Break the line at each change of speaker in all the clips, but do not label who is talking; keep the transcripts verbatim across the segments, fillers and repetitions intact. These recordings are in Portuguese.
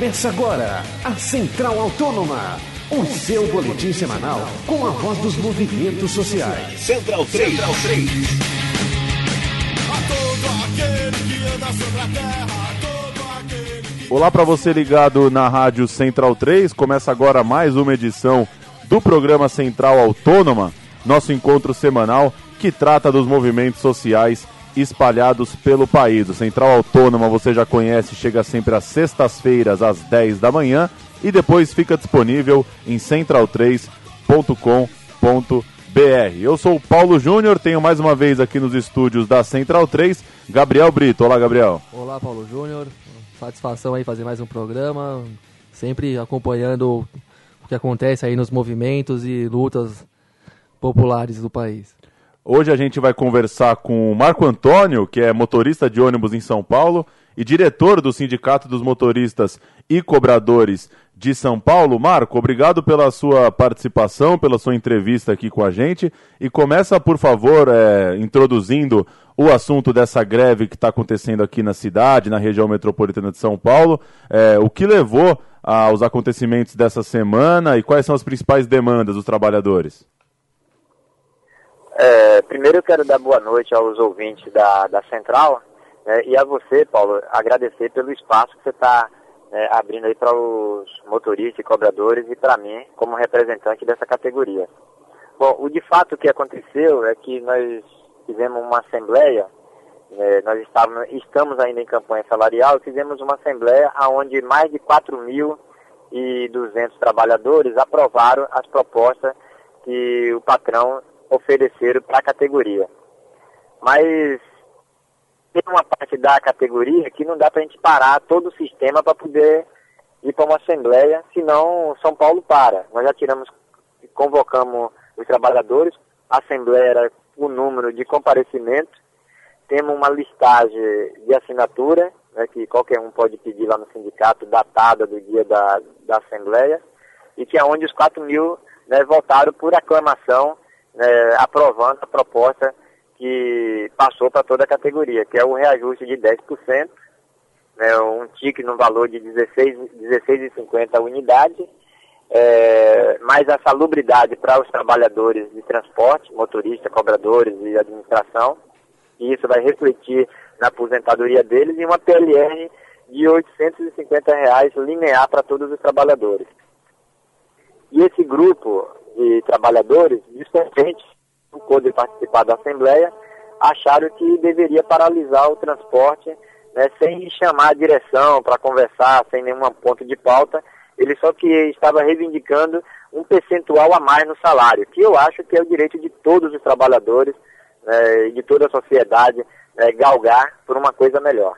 Começa agora a Central Autônoma, o seu boletim semanal com a voz dos movimentos sociais.
Central três. Central três.
Olá para você ligado na Rádio Central três, começa agora mais uma edição do programa Central Autônoma, nosso encontro semanal que trata dos movimentos sociais espalhados pelo país. O Central Autônoma você já conhece, chega sempre às sextas-feiras às dez da manhã e depois fica disponível em central três ponto com ponto b r. Eu sou o Paulo Júnior, tenho mais uma vez aqui nos estúdios da Central três, Gabriel Brito. Olá, Gabriel.
Olá, Paulo Júnior. Satisfação aí fazer mais um programa, sempre acompanhando o que acontece aí nos movimentos e lutas populares do país.
Hoje a gente vai conversar com o Marco Antônio, que é motorista de ônibus em São Paulo e diretor do Sindicato dos Motoristas e Cobradores de São Paulo. Marco, obrigado pela sua participação, pela sua entrevista aqui com a gente. E começa, por favor, é, introduzindo o assunto dessa greve que está acontecendo aqui na cidade, na região metropolitana de São Paulo. É, o que levou aos acontecimentos dessa semana e quais são as principais demandas dos trabalhadores?
É, primeiro eu quero dar boa noite aos ouvintes da, da Central, né, e a você, Paulo, agradecer pelo espaço que você está né, abrindo aí para os motoristas e cobradores e para mim, como representante dessa categoria. Bom, o de fato que aconteceu é que nós fizemos uma assembleia, né, nós estávamos, estamos ainda em campanha salarial, fizemos uma assembleia onde mais de quatro mil e duzentos trabalhadores aprovaram as propostas que o patrão ofereceram para a categoria. Mas tem uma parte da categoria que não dá para a gente parar todo o sistema para poder ir para uma assembleia, senão São Paulo para. Nós já tiramos, convocamos os trabalhadores, a assembleia era o número de comparecimento, temos uma listagem de assinatura, né, que qualquer um pode pedir lá no sindicato, datada do dia da, da assembleia, e que é onde os quatro mil né, votaram por aclamação, É, aprovando a proposta que passou para toda a categoria, que é o reajuste de dez por cento, né, um tique no valor de dezesseis reais e cinquenta centavos a unidade, é, mais a salubridade para os trabalhadores de transporte, motoristas, cobradores e administração, e isso vai refletir na aposentadoria deles, e uma P L R de oitocentos e cinquenta reais linear para todos os trabalhadores. E esse grupo de trabalhadores, descontentes, não pôde participar da Assembleia, acharam que deveria paralisar o transporte, né, sem chamar a direção para conversar, sem nenhum ponto de pauta. Ele só que estava reivindicando um percentual a mais no salário, que eu acho que é o direito de todos os trabalhadores né, e de toda a sociedade né, galgar por uma coisa melhor.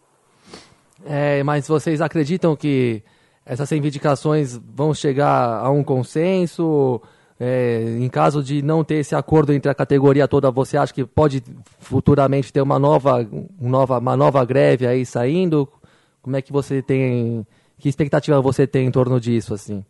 É, mas vocês acreditam que essas reivindicações vão chegar a um consenso? É, em caso de não ter esse acordo entre a categoria toda, você acha que pode futuramente ter uma nova, uma nova, uma nova greve aí saindo? Como é que você tem, que expectativa você tem em torno disso, assim?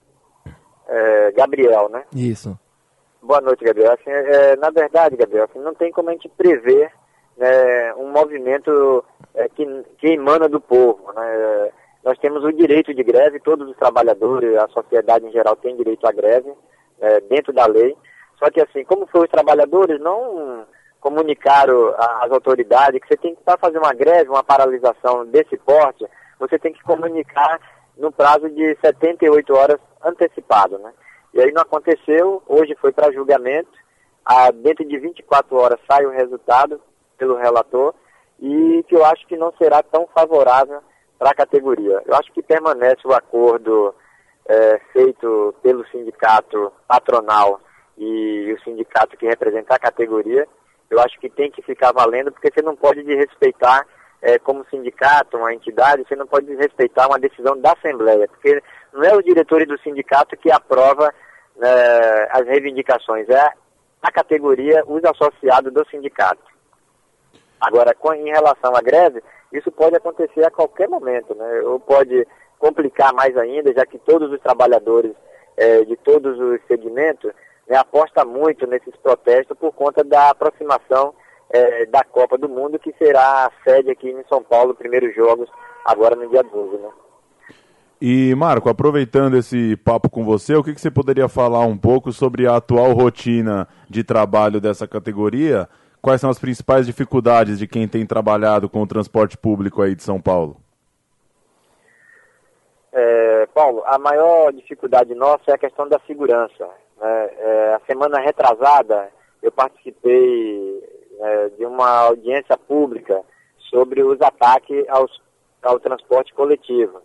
É, Gabriel, né?
Isso.
Boa noite, Gabriel. Assim, é, na verdade, Gabriel, assim, não tem como a gente prever né, um movimento é, que, que emana do povo, né? Nós temos o direito de greve, todos os trabalhadores, a sociedade em geral tem direito à greve, é, dentro da lei. Só que assim, como foi os trabalhadores, não comunicaram às autoridades que você tem que estar fazendo uma greve, uma paralisação desse porte, você tem que comunicar no prazo de setenta e oito horas antecipado, né? E aí não aconteceu, hoje foi para julgamento, a, dentro de vinte e quatro horas sai o resultado pelo relator, e que eu acho que não será tão favorável para a categoria. Eu acho que permanece o acordo é, feito pelo sindicato patronal e o sindicato que representa a categoria. Eu acho que tem que ficar valendo, porque você não pode desrespeitar, é, como sindicato, uma entidade, você não pode desrespeitar uma decisão da Assembleia, porque não é os diretores do sindicato que aprova é, as reivindicações, é a categoria, os associados do sindicato. Agora, com, em relação à greve, isso pode acontecer a qualquer momento, né? Ou pode complicar mais ainda, já que todos os trabalhadores é, de todos os segmentos né, apostam muito nesses protestos por conta da aproximação é, da Copa do Mundo, que será a sede aqui em São Paulo, primeiros jogos, agora no dia doze, né?
E, Marco, aproveitando esse papo com você, o que, que você poderia falar um pouco sobre a atual rotina de trabalho dessa categoria? Quais são as principais dificuldades de quem tem trabalhado com o transporte público aí de São Paulo?
É, Paulo, a maior dificuldade nossa é a questão da segurança. Né? É, a semana retrasada, eu participei é, de uma audiência pública sobre os ataques aos, ao transporte coletivo.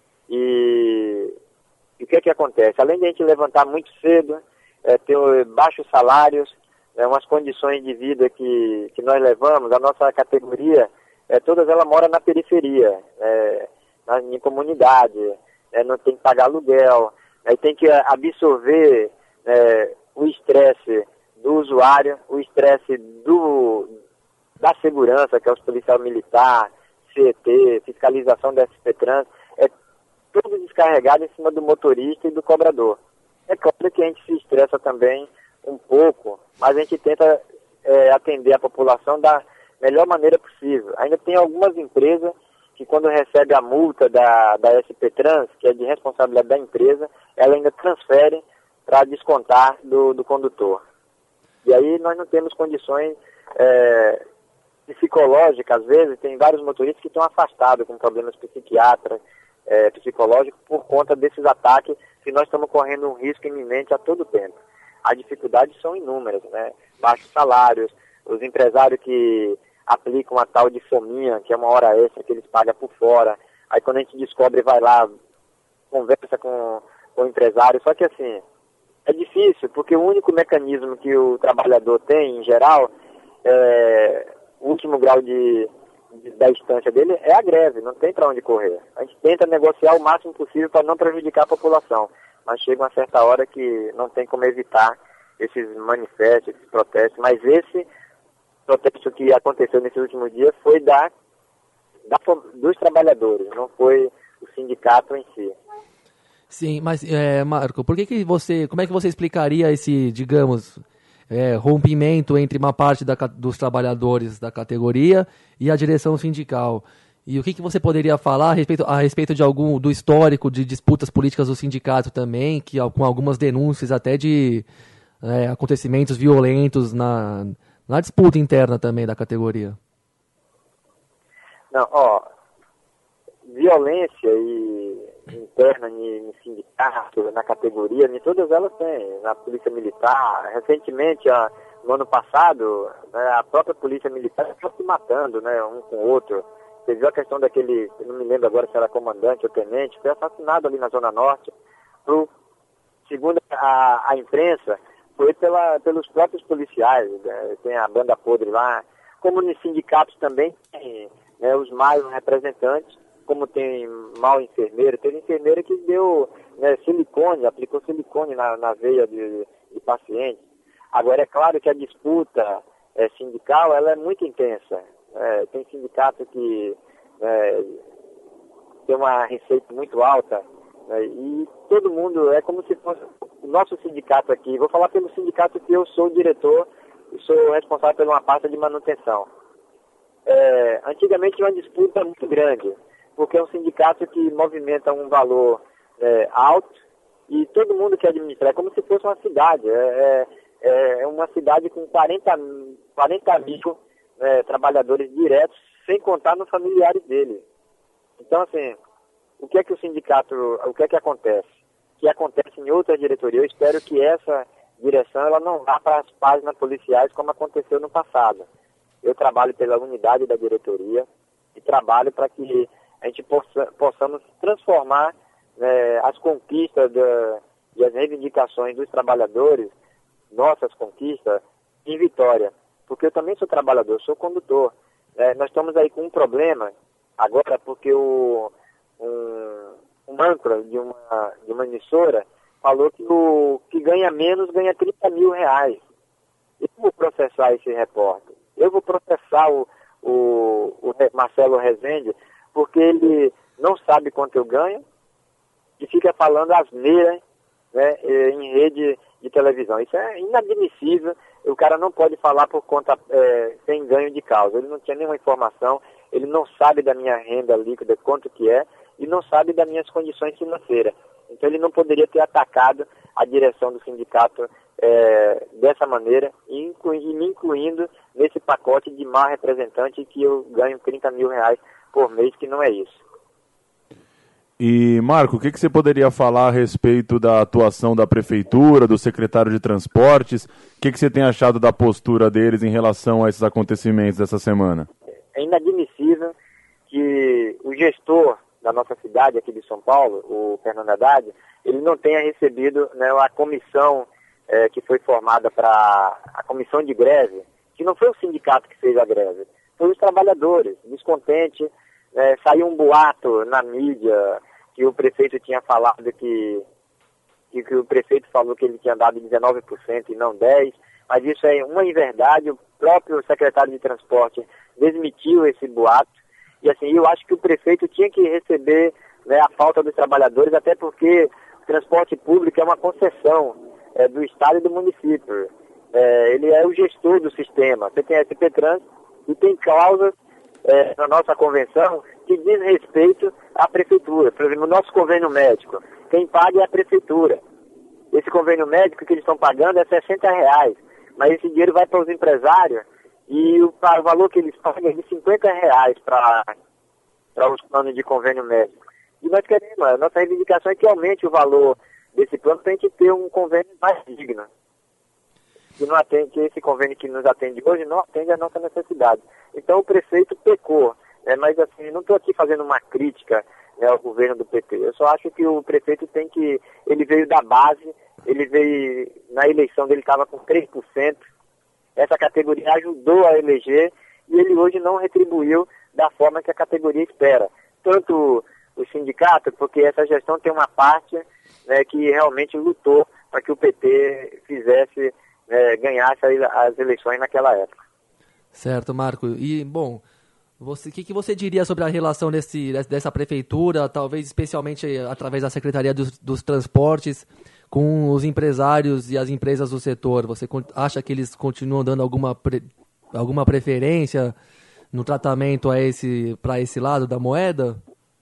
E, e o que é que acontece? Além de a gente levantar muito cedo, é, ter baixos salários, é, umas condições de vida que, que nós levamos, a nossa categoria, é, todas elas moram na periferia, é, na, em comunidade, é, não tem que pagar aluguel, aí tem que absorver é, o estresse do usuário, o estresse do, da segurança, que é os policiais militares, C E T, fiscalização da S P Trans, é tudo descarregado em cima do motorista e do cobrador. É claro que a gente se estressa também um pouco, mas a gente tenta é, atender a população da melhor maneira possível. Ainda tem algumas empresas que quando recebe a multa da, da S P Trans, que é de responsabilidade da empresa, ela ainda transfere para descontar do, do condutor. E aí nós não temos condições é, psicológicas, às vezes tem vários motoristas que estão afastados com problemas psiquiátricos, É, psicológico por conta desses ataques que nós estamos correndo um risco iminente a todo tempo. As dificuldades são inúmeras, né? Baixos salários, os empresários que aplicam a tal de fominha, que é uma hora extra que eles pagam por fora. Aí quando a gente descobre, vai lá, conversa com, com o empresário. Só que assim, é difícil, porque o único mecanismo que o trabalhador tem, em geral, é o último grau de da instância dele é a greve, não tem para onde correr. A gente tenta negociar o máximo possível para não prejudicar a população, mas chega uma certa hora que não tem como evitar esses manifestos, esses protestos, mas esse protesto que aconteceu nesses últimos dias foi da, da dos trabalhadores, não foi o sindicato em si.
Sim, mas é, Marco, por que que você, como é que você explicaria esse, digamos, É, rompimento entre uma parte da, dos trabalhadores da categoria e a direção sindical? E o que, que você poderia falar a respeito, a respeito de algum do histórico de disputas políticas do sindicato também, que com algumas denúncias até de é, acontecimentos violentos na, na disputa interna também da categoria?
Não, ó, violência e interna em sindicato, na categoria, em todas elas tem, na polícia militar. Recentemente, a, no ano passado, né, a própria polícia militar está se matando, né, um com o outro. Você viu a questão daquele, não me lembro agora se era comandante ou tenente, foi assassinado ali na Zona Norte. Pro, segundo a, a imprensa, foi pela, pelos próprios policiais, né, tem a banda podre lá. Como nos sindicatos também tem, né, os mais representantes, como tem mau enfermeiro, teve enfermeira que deu, né, silicone, aplicou silicone na, na veia de, de paciente. Agora, é claro que a disputa é, sindical ela é muito intensa. É, tem sindicato que é, tem uma receita muito alta, né, e todo mundo, é como se fosse o nosso sindicato aqui. Vou falar pelo sindicato que eu sou o diretor e sou responsável por uma pasta de manutenção. É, antigamente tinha uma disputa muito grande, porque é um sindicato que movimenta um valor é, alto e todo mundo quer administrar. É como se fosse uma cidade. É, é, é uma cidade com quarenta mil é, trabalhadores diretos, sem contar nos familiares dele. Então, assim, o que é que o sindicato, o que é que acontece? O que acontece em outras diretorias? Eu espero que essa direção ela não vá para as páginas policiais como aconteceu no passado. Eu trabalho pela unidade da diretoria e trabalho para que a gente possa, possamos transformar né, as conquistas da, e as reivindicações dos trabalhadores, nossas conquistas, em vitória. Porque eu também sou trabalhador, sou condutor. É, nós estamos aí com um problema agora porque o, um, um âncora de uma, de uma emissora falou que o que ganha menos ganha trinta mil reais. Eu vou processar esse repórter. Eu vou processar o, o, o Marcelo Rezende, porque ele não sabe quanto eu ganho e fica falando asneiras, né, em rede de televisão. Isso é inadmissível. O cara não pode falar por conta, é, sem ganho de causa. Ele não tinha nenhuma informação, ele não sabe da minha renda líquida, quanto que é, e não sabe das minhas condições financeiras. Então ele não poderia ter atacado a direção do sindicato é, dessa maneira, e, inclu- e me incluindo nesse pacote de mau representante que eu ganho trinta mil reais por mês, que não é isso.
E, Marco, o que, que você poderia falar a respeito da atuação da Prefeitura, do secretário de Transportes? O que, que você tem achado da postura deles em relação a esses acontecimentos dessa semana?
É inadmissível que o gestor da nossa cidade aqui de São Paulo, o Fernando Haddad, ele não tenha recebido, né, a comissão é, que foi formada para a comissão de greve, que não foi o sindicato que fez a greve, foi os trabalhadores, descontentes. É, saiu um boato na mídia que o prefeito tinha falado que, que, que o prefeito falou que ele tinha dado dezenove por cento e não dez por cento, mas isso é uma inverdade. O próprio secretário de transporte desmentiu esse boato, e assim, eu acho que o prefeito tinha que receber, né, a falta dos trabalhadores, até porque o transporte público é uma concessão é, do Estado e do município. É, ele é o gestor do sistema. Você tem a S P Trans e tem cláusulas É, na nossa convenção, que diz respeito à prefeitura. Por exemplo, o nosso convênio médico, quem paga é a prefeitura. Esse convênio médico que eles estão pagando é sessenta reais, mas esse dinheiro vai para os empresários e o, o valor que eles pagam é de cinquenta reais para os planos de convênio médico. E nós queremos, a nossa reivindicação é que aumente o valor desse plano para a gente ter um convênio mais digno. Que, não atende, que esse convênio que nos atende hoje não atende à nossa necessidade. Então o prefeito pecou, né, mas assim, não estou aqui fazendo uma crítica, né, ao governo do P T. Eu só acho que o prefeito tem que, ele veio da base, ele veio, na eleição dele estava com três por cento, essa categoria ajudou a eleger e ele hoje não retribuiu da forma que a categoria espera. Tanto o sindicato, porque essa gestão tem uma parte, né, que realmente lutou para que o P T fizesse, É, ganhasse as eleições naquela época.
Certo, Marco. E, bom, o que, que você diria sobre a relação desse, dessa prefeitura, talvez especialmente através da Secretaria dos, dos Transportes, com os empresários e as empresas do setor? Você acha que eles continuam dando alguma, pre, alguma preferência no tratamento a esse, para esse lado da moeda?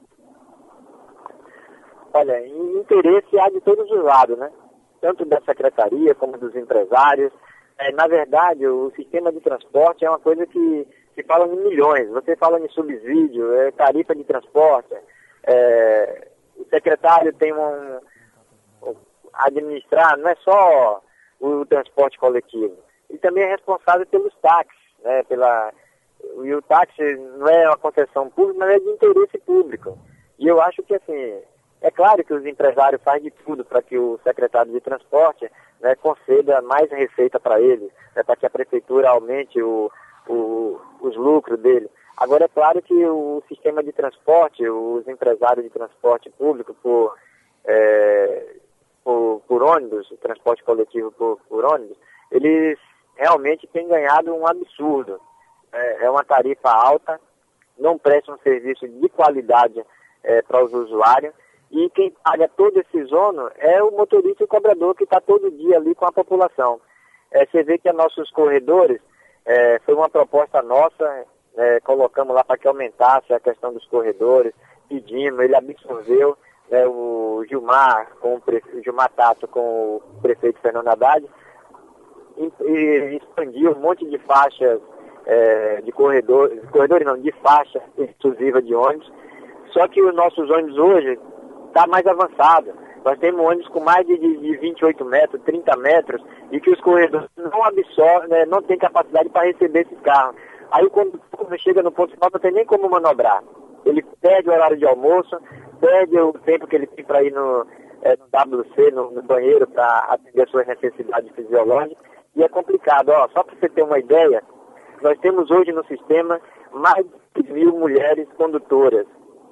Olha, interesse há de todos os lados, né? Tanto da secretaria como dos empresários. É, na verdade, o sistema de transporte é uma coisa que se fala em milhões. Você fala em subsídio, é, tarifa de transporte. É, o secretário tem um, um... administrar, não é só o transporte coletivo. Ele também é responsável pelos táxis, né? Pela, e o táxi não é uma concessão pública, mas é de interesse público. E eu acho que, assim... É claro que os empresários fazem de tudo para que o secretário de transporte, né, conceda mais receita para ele, né, para que a prefeitura aumente o, o, os lucros dele. Agora, é claro que o sistema de transporte, os empresários de transporte público por, é, por, por ônibus, transporte coletivo por, por ônibus, eles realmente têm ganhado um absurdo. É, é uma tarifa alta, não prestam um serviço de qualidade é, para os usuários. E quem paga todo esse zono é o motorista e o cobrador que está todo dia ali com a população. É, você vê que os nossos corredores, é, foi uma proposta nossa, é, colocamos lá para que aumentasse a questão dos corredores, pedimos, ele absorveu, né, o Gilmar, com o, prefe... o Gilmar Tato com o prefeito Fernando Haddad, e, e expandiu um monte de faixas é, de corredores, corredores não, de faixa exclusiva de ônibus, só que os nossos ônibus hoje está mais avançado. Nós temos ônibus com mais de, de, de vinte e oito metros, trinta metros, e que os corredores não absorvem, né, não tem capacidade para receber esses carros. Aí quando, quando chega no ponto final, não tem nem como manobrar. Ele perde o horário de almoço, perde o tempo que ele tem para ir no, é, no W C, no, no banheiro, para atender as suas necessidades fisiológicas, e é complicado. Ó, só para você ter uma ideia, nós temos hoje no sistema mais de mil mulheres condutoras.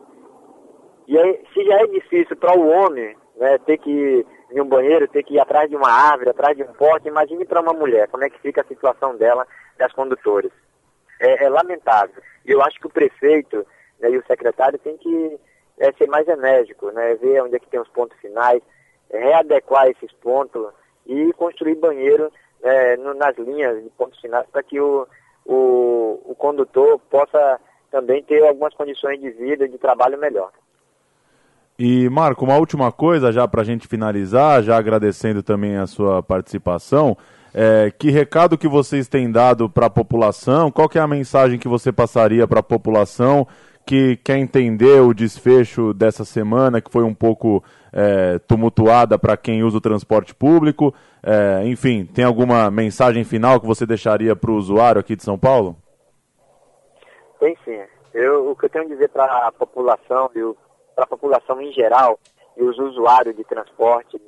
E aí, se já é difícil para o homem, né, ter que ir em um banheiro, ter que ir atrás de uma árvore, atrás de um poste, imagine para uma mulher, como é que fica a situação dela, das condutoras. É, é lamentável. E eu acho que o prefeito, né, e o secretário tem que é, ser mais enérgico, né, ver onde é que tem os pontos finais, é, readequar esses pontos e construir banheiro é, no, nas linhas de pontos finais para que o, o, o condutor possa também ter algumas condições de vida e de trabalho melhor.
E, Marco, uma última coisa já para a gente finalizar, já agradecendo também a sua participação, é, que recado que vocês têm dado para a população, qual que é a mensagem que você passaria para a população que quer entender o desfecho dessa semana, que foi um pouco é, tumultuada para quem usa o transporte público? É, enfim, tem alguma mensagem final que você deixaria para o usuário aqui de São Paulo?
Tem sim. Eu, o que eu tenho a dizer para a população, para a população em geral, e os usuários de transporte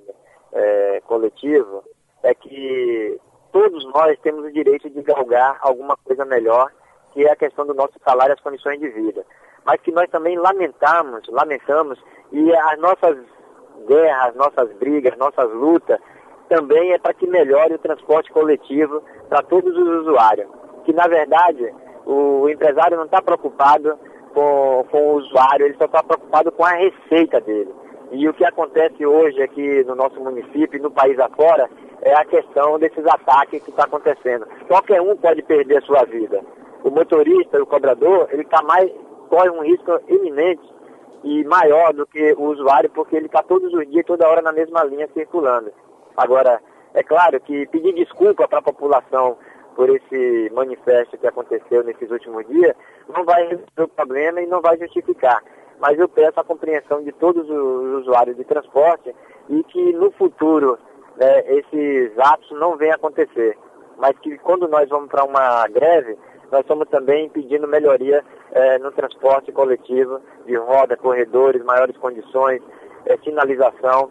é, coletivo, é que todos nós temos o direito de galgar alguma coisa melhor, que é a questão do nosso salário e as condições de vida. Mas que nós também lamentamos, lamentamos, e as nossas guerras, as nossas brigas, nossas lutas, também é para que melhore o transporte coletivo para todos os usuários. Que, na verdade, o empresário não está preocupado com, com o usuário, ele só está preocupado com a receita dele. E o que acontece hoje aqui no nosso município e no país afora é a questão desses ataques que está acontecendo. Qualquer um pode perder a sua vida. O motorista, o cobrador, ele tá mais, corre um risco iminente e maior do que o usuário, porque ele está todos os dias, toda hora na mesma linha circulando. Agora, é claro que pedir desculpa para a população por esse manifesto que aconteceu nesses últimos dias não vai resolver o problema e não vai justificar. Mas eu peço a compreensão de todos os usuários de transporte e que no futuro né, esses atos não venham a acontecer. Mas que quando nós vamos para uma greve, nós estamos também pedindo melhoria eh, no transporte coletivo, de roda, corredores, maiores condições, eh, sinalização,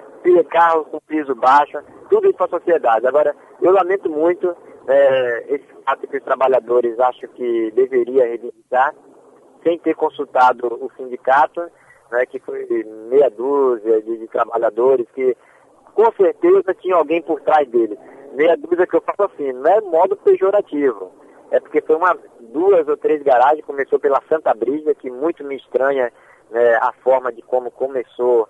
carros com piso baixo, tudo isso para a sociedade. Agora, eu lamento muito eh, esse ato que os trabalhadores acham que deveria reivindicar, sem ter consultado o sindicato, né, que foi meia dúzia de, de trabalhadores que com certeza tinha alguém por trás dele. Meia dúzia que eu falo assim, não é modo pejorativo. É porque foi uma, duas ou três garagens, começou pela Santa Brígida, que muito me estranha né, a forma de como começou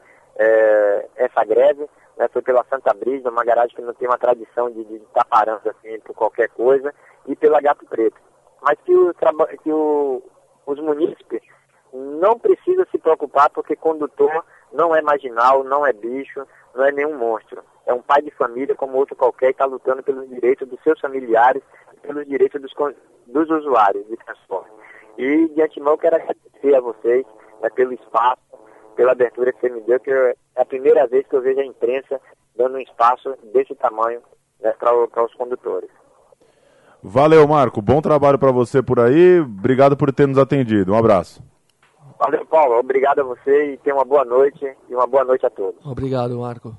é, essa greve. Né, foi pela Santa Brígida, uma garagem que não tem uma tradição de estar parando assim por qualquer coisa, e pela Gato Preto. Mas que, o, que o, os munícipes não precisam se preocupar, porque condutor não é marginal, não é bicho, não é nenhum monstro. É um pai de família como outro qualquer e está lutando pelos direitos dos seus familiares e pelos direitos dos, dos usuários de transporte. E de antemão quero agradecer a vocês né, pelo espaço, pela abertura que você me deu, que é a primeira vez que eu vejo a imprensa dando um espaço desse tamanho né, para os condutores.
Valeu, Marco. Bom trabalho para você por aí. Obrigado por ter nos atendido. Um abraço.
Valeu, Paulo. Obrigado a você e tenha uma boa noite e uma boa noite a todos.
Obrigado, Marco.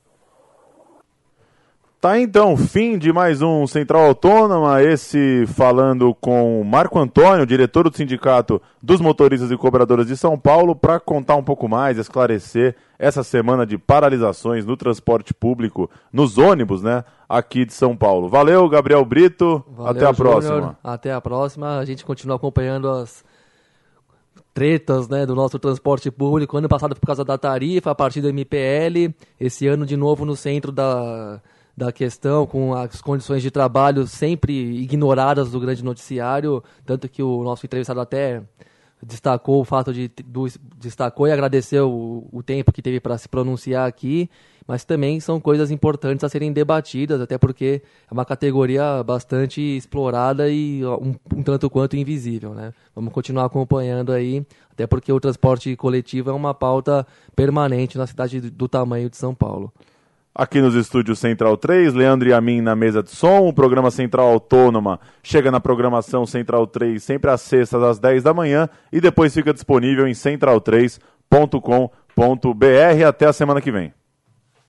Tá então, fim de mais um Central Autônoma, esse falando com Marco Antônio, diretor do Sindicato dos Motoristas e Cobradores de São Paulo, para contar um pouco mais, esclarecer essa semana de paralisações no transporte público, nos ônibus, né, aqui de São Paulo. Valeu, Gabriel Brito,
Valeu,
até a
Júnior.
próxima.
Até a próxima, a gente continua acompanhando as tretas né, do nosso transporte público. Ano passado por causa da tarifa, a partir do M P L, esse ano de novo no centro da... da questão, com as condições de trabalho sempre ignoradas do grande noticiário, tanto que o nosso entrevistado até destacou o fato de do, destacou e agradeceu o, o tempo que teve para se pronunciar aqui, mas também são coisas importantes a serem debatidas, até porque é uma categoria bastante explorada e um, um tanto quanto invisível, né? Vamos continuar acompanhando aí, até porque o transporte coletivo é uma pauta permanente na cidade do tamanho de São Paulo.
Aqui nos estúdios Central três, Leandro e a mim na mesa de som. O programa Central Autônoma chega na programação Central três sempre às sextas às dez da manhã e depois fica disponível em central três ponto com ponto b r. Até a semana que vem.